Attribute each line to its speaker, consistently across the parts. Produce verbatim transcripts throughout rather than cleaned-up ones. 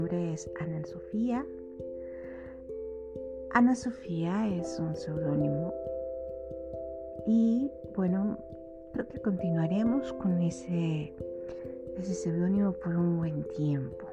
Speaker 1: nombre es Ana Sofía. Ana Sofía es un seudónimo y bueno, creo que continuaremos con ese, ese seudónimo por un buen tiempo.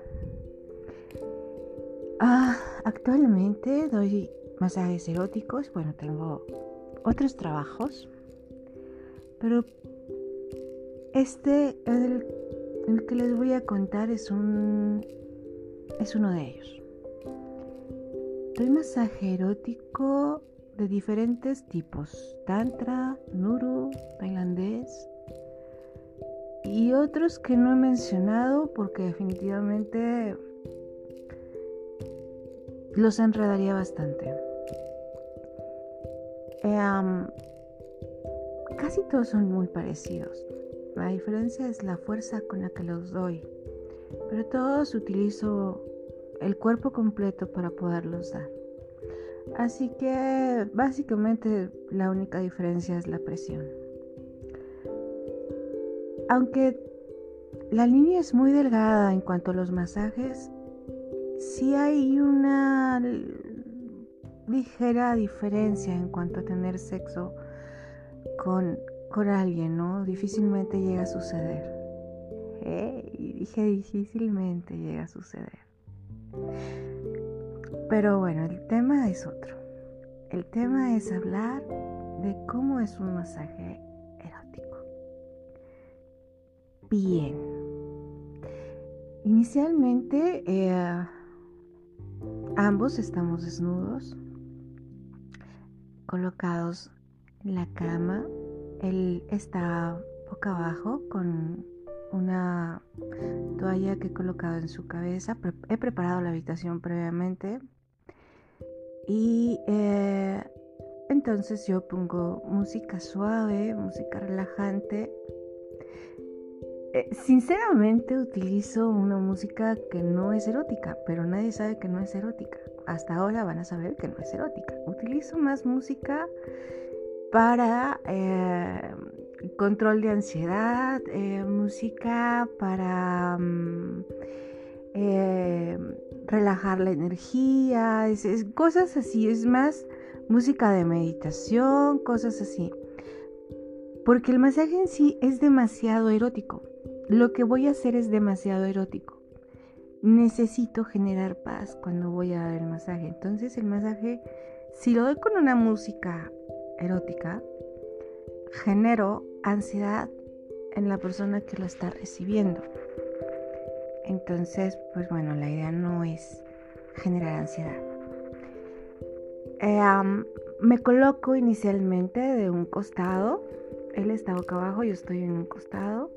Speaker 1: Ah, actualmente doy masajes eróticos, bueno, tengo otros trabajos, pero este, el, el que les voy a contar es un es uno de ellos. Doy masaje erótico de diferentes tipos: tantra, nuru, tailandés y otros que no he mencionado porque definitivamente los enredaría bastante. Eh, um, casi todos son muy parecidos. La diferencia es la fuerza con la que los doy, pero todos utilizo el cuerpo completo para poderlos dar. Así que básicamente la única diferencia es la presión. Aunque la línea es muy delgada en cuanto a los masajes, sí hay una ligera diferencia en cuanto a tener sexo con, con alguien, ¿no? Difícilmente llega a suceder. ¿Eh? Y dije difícilmente llega a suceder. Pero bueno, el tema es otro. El tema es hablar de cómo es un masaje erótico. Bien. Inicialmente, eh, ambos estamos desnudos, colocados en la cama. Él está boca abajo con una toalla que he colocado en su cabeza. Pre- he preparado la habitación previamente y eh, entonces yo pongo música suave, música relajante. Eh, sinceramente utilizo una música que no es erótica, pero nadie sabe que no es erótica. Hasta ahora van a saber que no es erótica. Utilizo más música para eh, control de ansiedad, eh, música para um, eh, relajar la energía, es, es, cosas así, es más música de meditación, cosas así. Porque el masaje en sí es demasiado erótico. Lo que voy a hacer es demasiado erótico. Necesito generar paz cuando voy a dar el masaje. Entonces el masaje, si lo doy con una música erótica, genero ansiedad en la persona que lo está recibiendo. Entonces, pues bueno, la idea no es generar ansiedad. Eh, um, me coloco inicialmente de un costado. Él está boca abajo, yo estoy en un costado.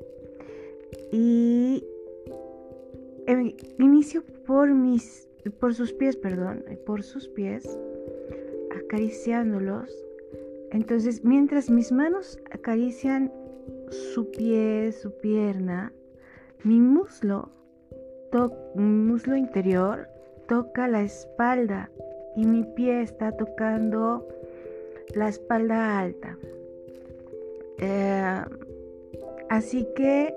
Speaker 1: Y eh, inicio por mis, por sus pies, perdón, por sus pies, acariciándolos. Entonces, mientras mis manos acarician su pie, su pierna, mi muslo, to- mi muslo interior toca la espalda y mi pie está tocando la espalda alta. Eh, así que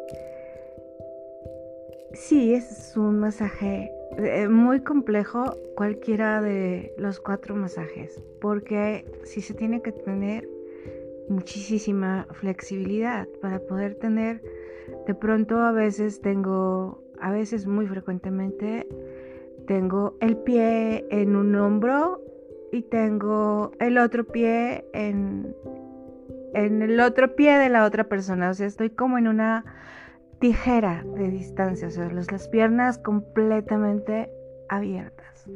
Speaker 1: sí, es un masaje eh, muy complejo, cualquiera de los cuatro masajes, porque sí se tiene que tener muchísima flexibilidad para poder tener, de pronto a veces tengo, a veces muy frecuentemente, tengo el pie en un hombro y tengo el otro pie en, en el otro pie de la otra persona, o sea, estoy como en una tijera de distancia, o sea, las piernas completamente abiertas.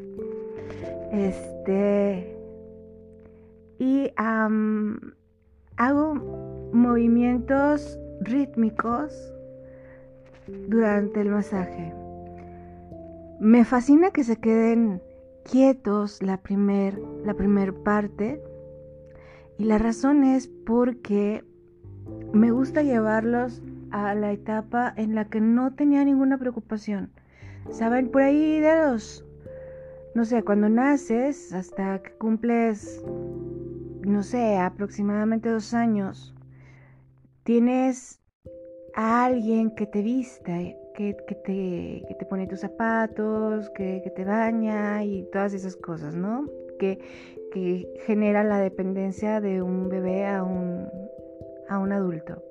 Speaker 1: Este y um, hago movimientos rítmicos durante el masaje. Me fascina que se queden quietos la primer, la primer parte, y la razón es porque me gusta llevarlos a la etapa en la que no tenía ninguna preocupación. Saben, por ahí de los, no sé, cuando naces hasta que cumples, no sé, aproximadamente dos años, tienes a alguien que te viste, que, que, te, que te pone tus zapatos, que, que te baña y todas esas cosas, ¿no? Que, que genera la dependencia de un bebé a un, a un adulto.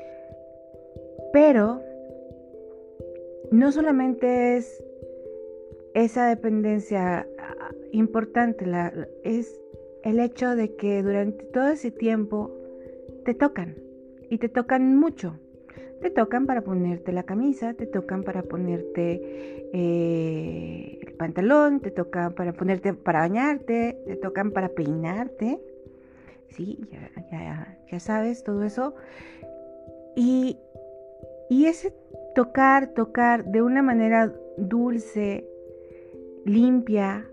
Speaker 1: Pero no solamente es esa dependencia importante, la, es el hecho de que durante todo ese tiempo te tocan, y te tocan mucho. Te tocan para ponerte la camisa, te tocan para ponerte eh, el pantalón, te tocan para ponerte, para bañarte, te tocan para peinarte, sí, ya, ya, ya sabes todo eso. Y, y ese tocar, tocar de una manera dulce, limpia,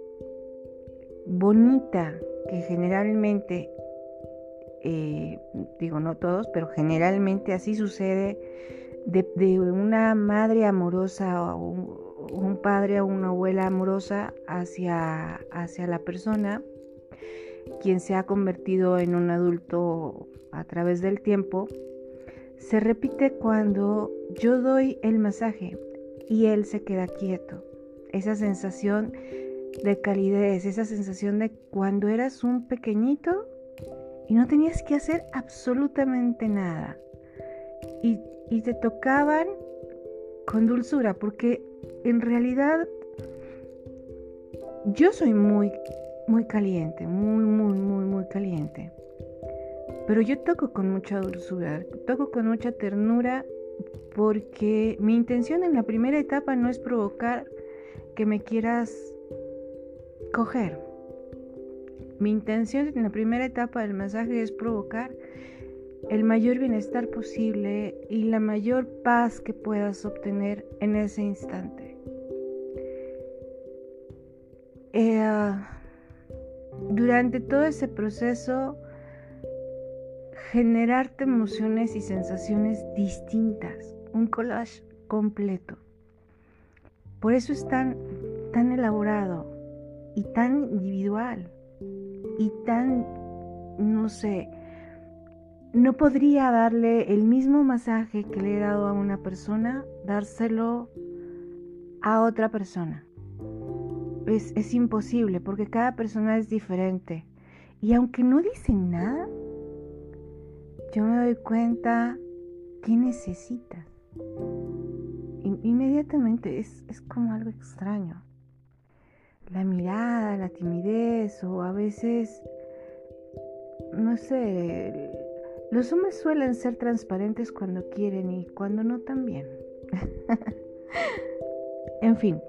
Speaker 1: bonita, que generalmente, eh, digo no todos, pero generalmente así sucede, de, de una madre amorosa o un, un padre o una abuela amorosa hacia, hacia la persona, quien se ha convertido en un adulto a través del tiempo, se repite cuando yo doy el masaje y él se queda quieto. Esa sensación de calidez, esa sensación de cuando eras un pequeñito y no tenías que hacer absolutamente nada. Y, y te tocaban con dulzura, porque en realidad yo soy muy, muy caliente, muy, muy, muy, muy caliente. Pero yo toco con mucha dulzura, toco con mucha ternura, porque mi intención en la primera etapa no es provocar que me quieras coger. Mi intención en la primera etapa del masaje es provocar el mayor bienestar posible y la mayor paz que puedas obtener en ese instante. Eh, durante todo ese proceso, generarte emociones y sensaciones distintas, un collage completo. Por eso es tan, tan elaborado y tan individual y tan, no sé, no podría darle el mismo masaje que le he dado a una persona, dárselo a otra persona. Es, es imposible, porque cada persona es diferente. Y aunque no dicen nada, yo me doy cuenta qué necesitas. Inmediatamente es, es como algo extraño. La mirada, la timidez, o a veces, no sé, los hombres suelen ser transparentes cuando quieren y cuando no también. En fin.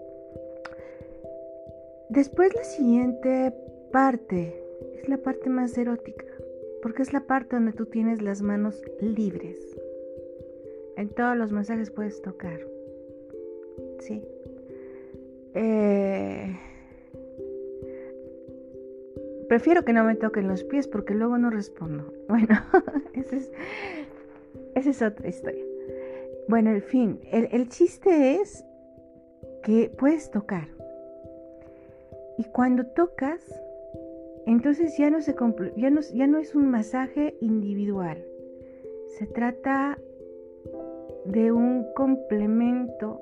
Speaker 1: Después la siguiente parte es la parte más erótica, porque es la parte donde tú tienes las manos libres. En todos los masajes puedes tocar. Sí. Eh, prefiero que no me toquen los pies porque luego no respondo. Bueno, esa es, esa es otra historia. Bueno, en fin, el, el chiste es que puedes tocar. Y cuando tocas, entonces ya no, se compl- ya, no, ya no es un masaje individual. Se trata de un complemento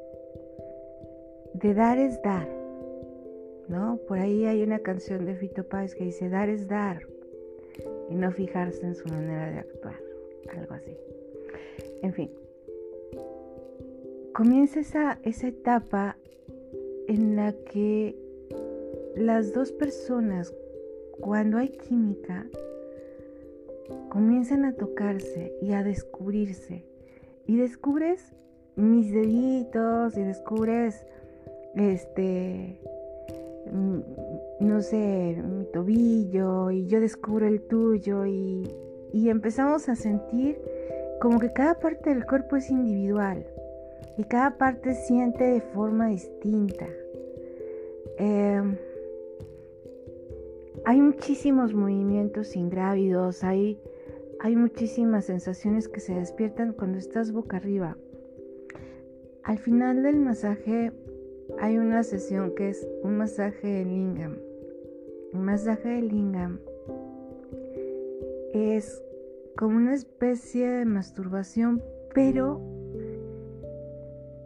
Speaker 1: de dar es dar, ¿no? Por ahí hay una canción de Fito Páez que dice dar es dar y no fijarse en su manera de actuar, algo así. En fin, comienza esa, esa etapa en la que las dos personas, cuando hay química, comienzan a tocarse y a descubrirse. Y descubres mis deditos y descubres, este, no sé, mi tobillo, y yo descubro el tuyo, y, y empezamos a sentir como que cada parte del cuerpo es individual y cada parte siente de forma distinta. Eh, hay muchísimos movimientos ingrávidos, hay, hay muchísimas sensaciones que se despiertan cuando estás boca arriba. Al final del masaje hay una sesión que es un masaje de lingam. El masaje de lingam es como una especie de masturbación, pero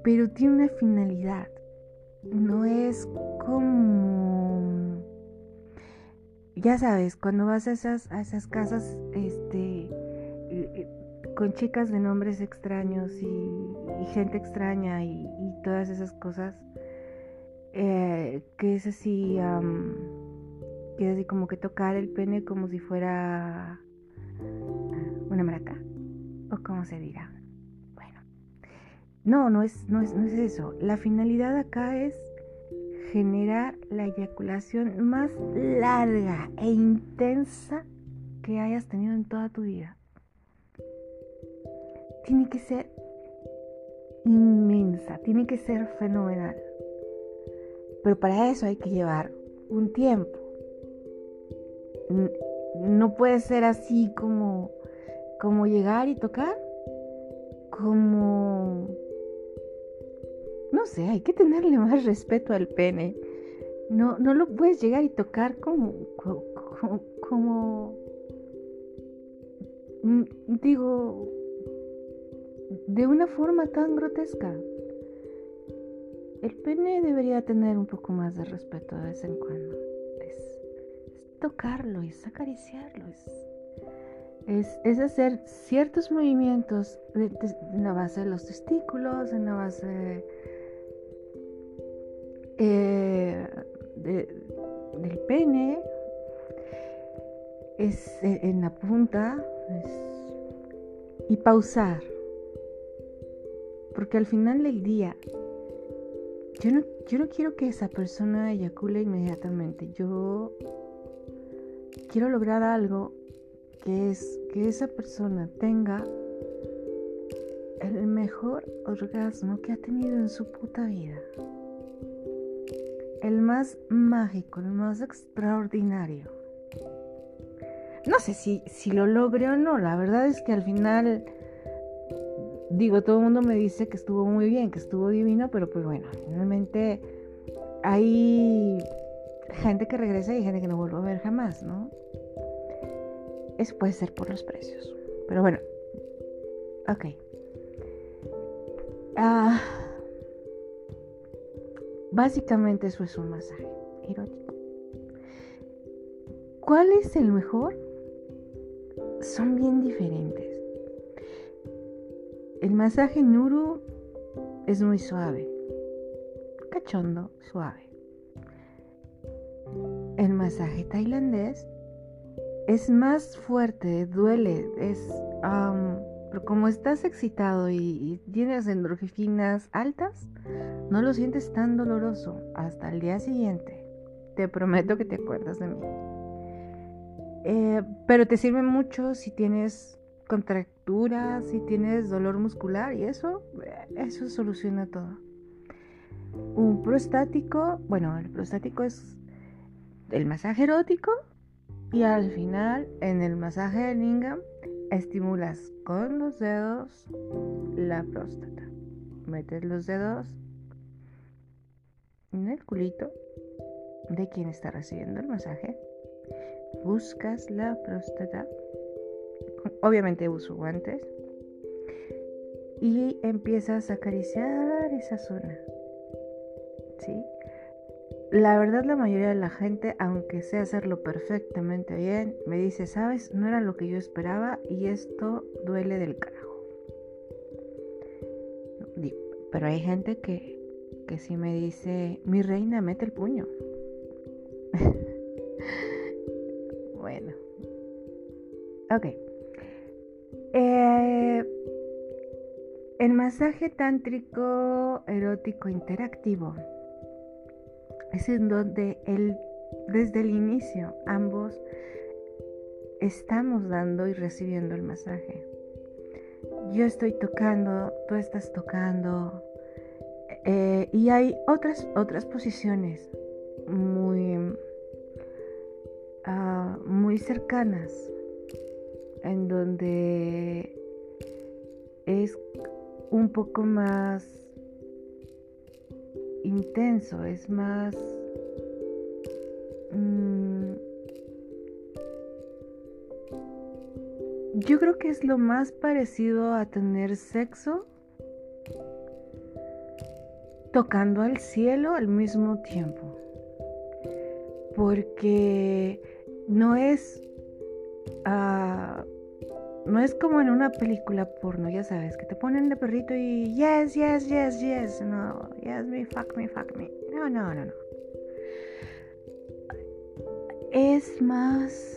Speaker 1: pero tiene una finalidad. No es como, ya sabes, cuando vas a esas, a esas casas, este, con chicas de nombres extraños y, y gente extraña y, y todas esas cosas, eh, que es así, um, que es así como que tocar el pene como si fuera una maraca, o como se dirá. Bueno, no, no es, no es, no es eso. La finalidad acá es generar la eyaculación más larga e intensa que hayas tenido en toda tu vida. Tiene que ser inmensa, tiene que ser fenomenal. Pero para eso hay que llevar un tiempo. No puede ser así como, como llegar y tocar, como, no sé, hay que tenerle más respeto al pene. No, no lo puedes llegar y tocar como, como, como digo, de una forma tan grotesca. El pene debería tener un poco más de respeto de vez en cuando. Es, es tocarlo, es acariciarlo, es, es, es hacer ciertos movimientos de, de, en la base de los testículos, en la base eh, de, del pene, es en la punta, es, y pausar. Porque al final del día, yo no, yo no quiero que esa persona eyacule inmediatamente. Yo quiero lograr algo que es que esa persona tenga el mejor orgasmo que ha tenido en su puta vida. El más mágico, el más extraordinario. No sé si, si lo logré o no. La verdad es que al final, digo, todo el mundo me dice que estuvo muy bien, que estuvo divino, pero pues bueno, realmente hay gente que regresa y gente que no vuelvo a ver jamás, ¿no? Eso puede ser por los precios. Pero bueno, ok. Ah, básicamente eso es un masaje erótico. ¿Cuál es el mejor? Son bien diferentes. El masaje Nuru es muy suave, cachondo, suave. El masaje tailandés es más fuerte, duele, es um, pero como estás excitado y, y tienes endorfinas altas, no lo sientes tan doloroso hasta el día siguiente. Te prometo que te acuerdas de mí. Eh, pero te sirve mucho si tienes contracturas, si tienes dolor muscular, y eso, eso soluciona todo. Un prostático, bueno, el prostático es el masaje erótico, y al final, en el masaje de lingam, estimulas con los dedos la próstata. Metes los dedos en el culito de quien está recibiendo el masaje. Buscas la próstata. Obviamente uso guantes. Y empiezas a acariciar esa zona. ¿Sí? La verdad, la mayoría de la gente, aunque sé hacerlo perfectamente bien, me dice, ¿sabes? No era lo que yo esperaba y esto duele del carajo. Pero hay gente que, que sí me dice, mi reina, mete el puño. Bueno. Ok. Eh, el masaje tántrico erótico interactivo es en donde el, desde el inicio ambos estamos dando y recibiendo el masaje. Yo estoy tocando, tú estás tocando, eh, y hay otras, otras posiciones muy, uh, muy cercanas en donde es un poco más intenso, es más mmm, yo creo que es lo más parecido a tener sexo tocando al cielo al mismo tiempo. Porque no es, uh, no es como en una película porno, ya sabes, que te ponen de perrito y yes, yes, yes, yes, no, yes me, fuck me, fuck me. No, no, no, no. Es más,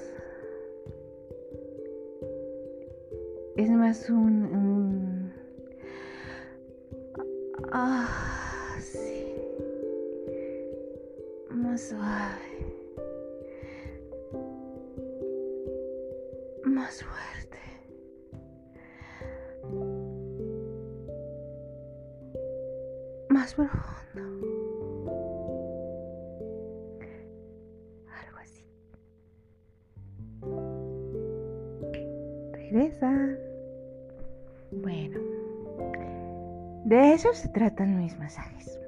Speaker 1: es más un, un ah, sí, más suave, más fuerte, más profundo, algo así. Regresa. Bueno, de eso se tratan mis masajes.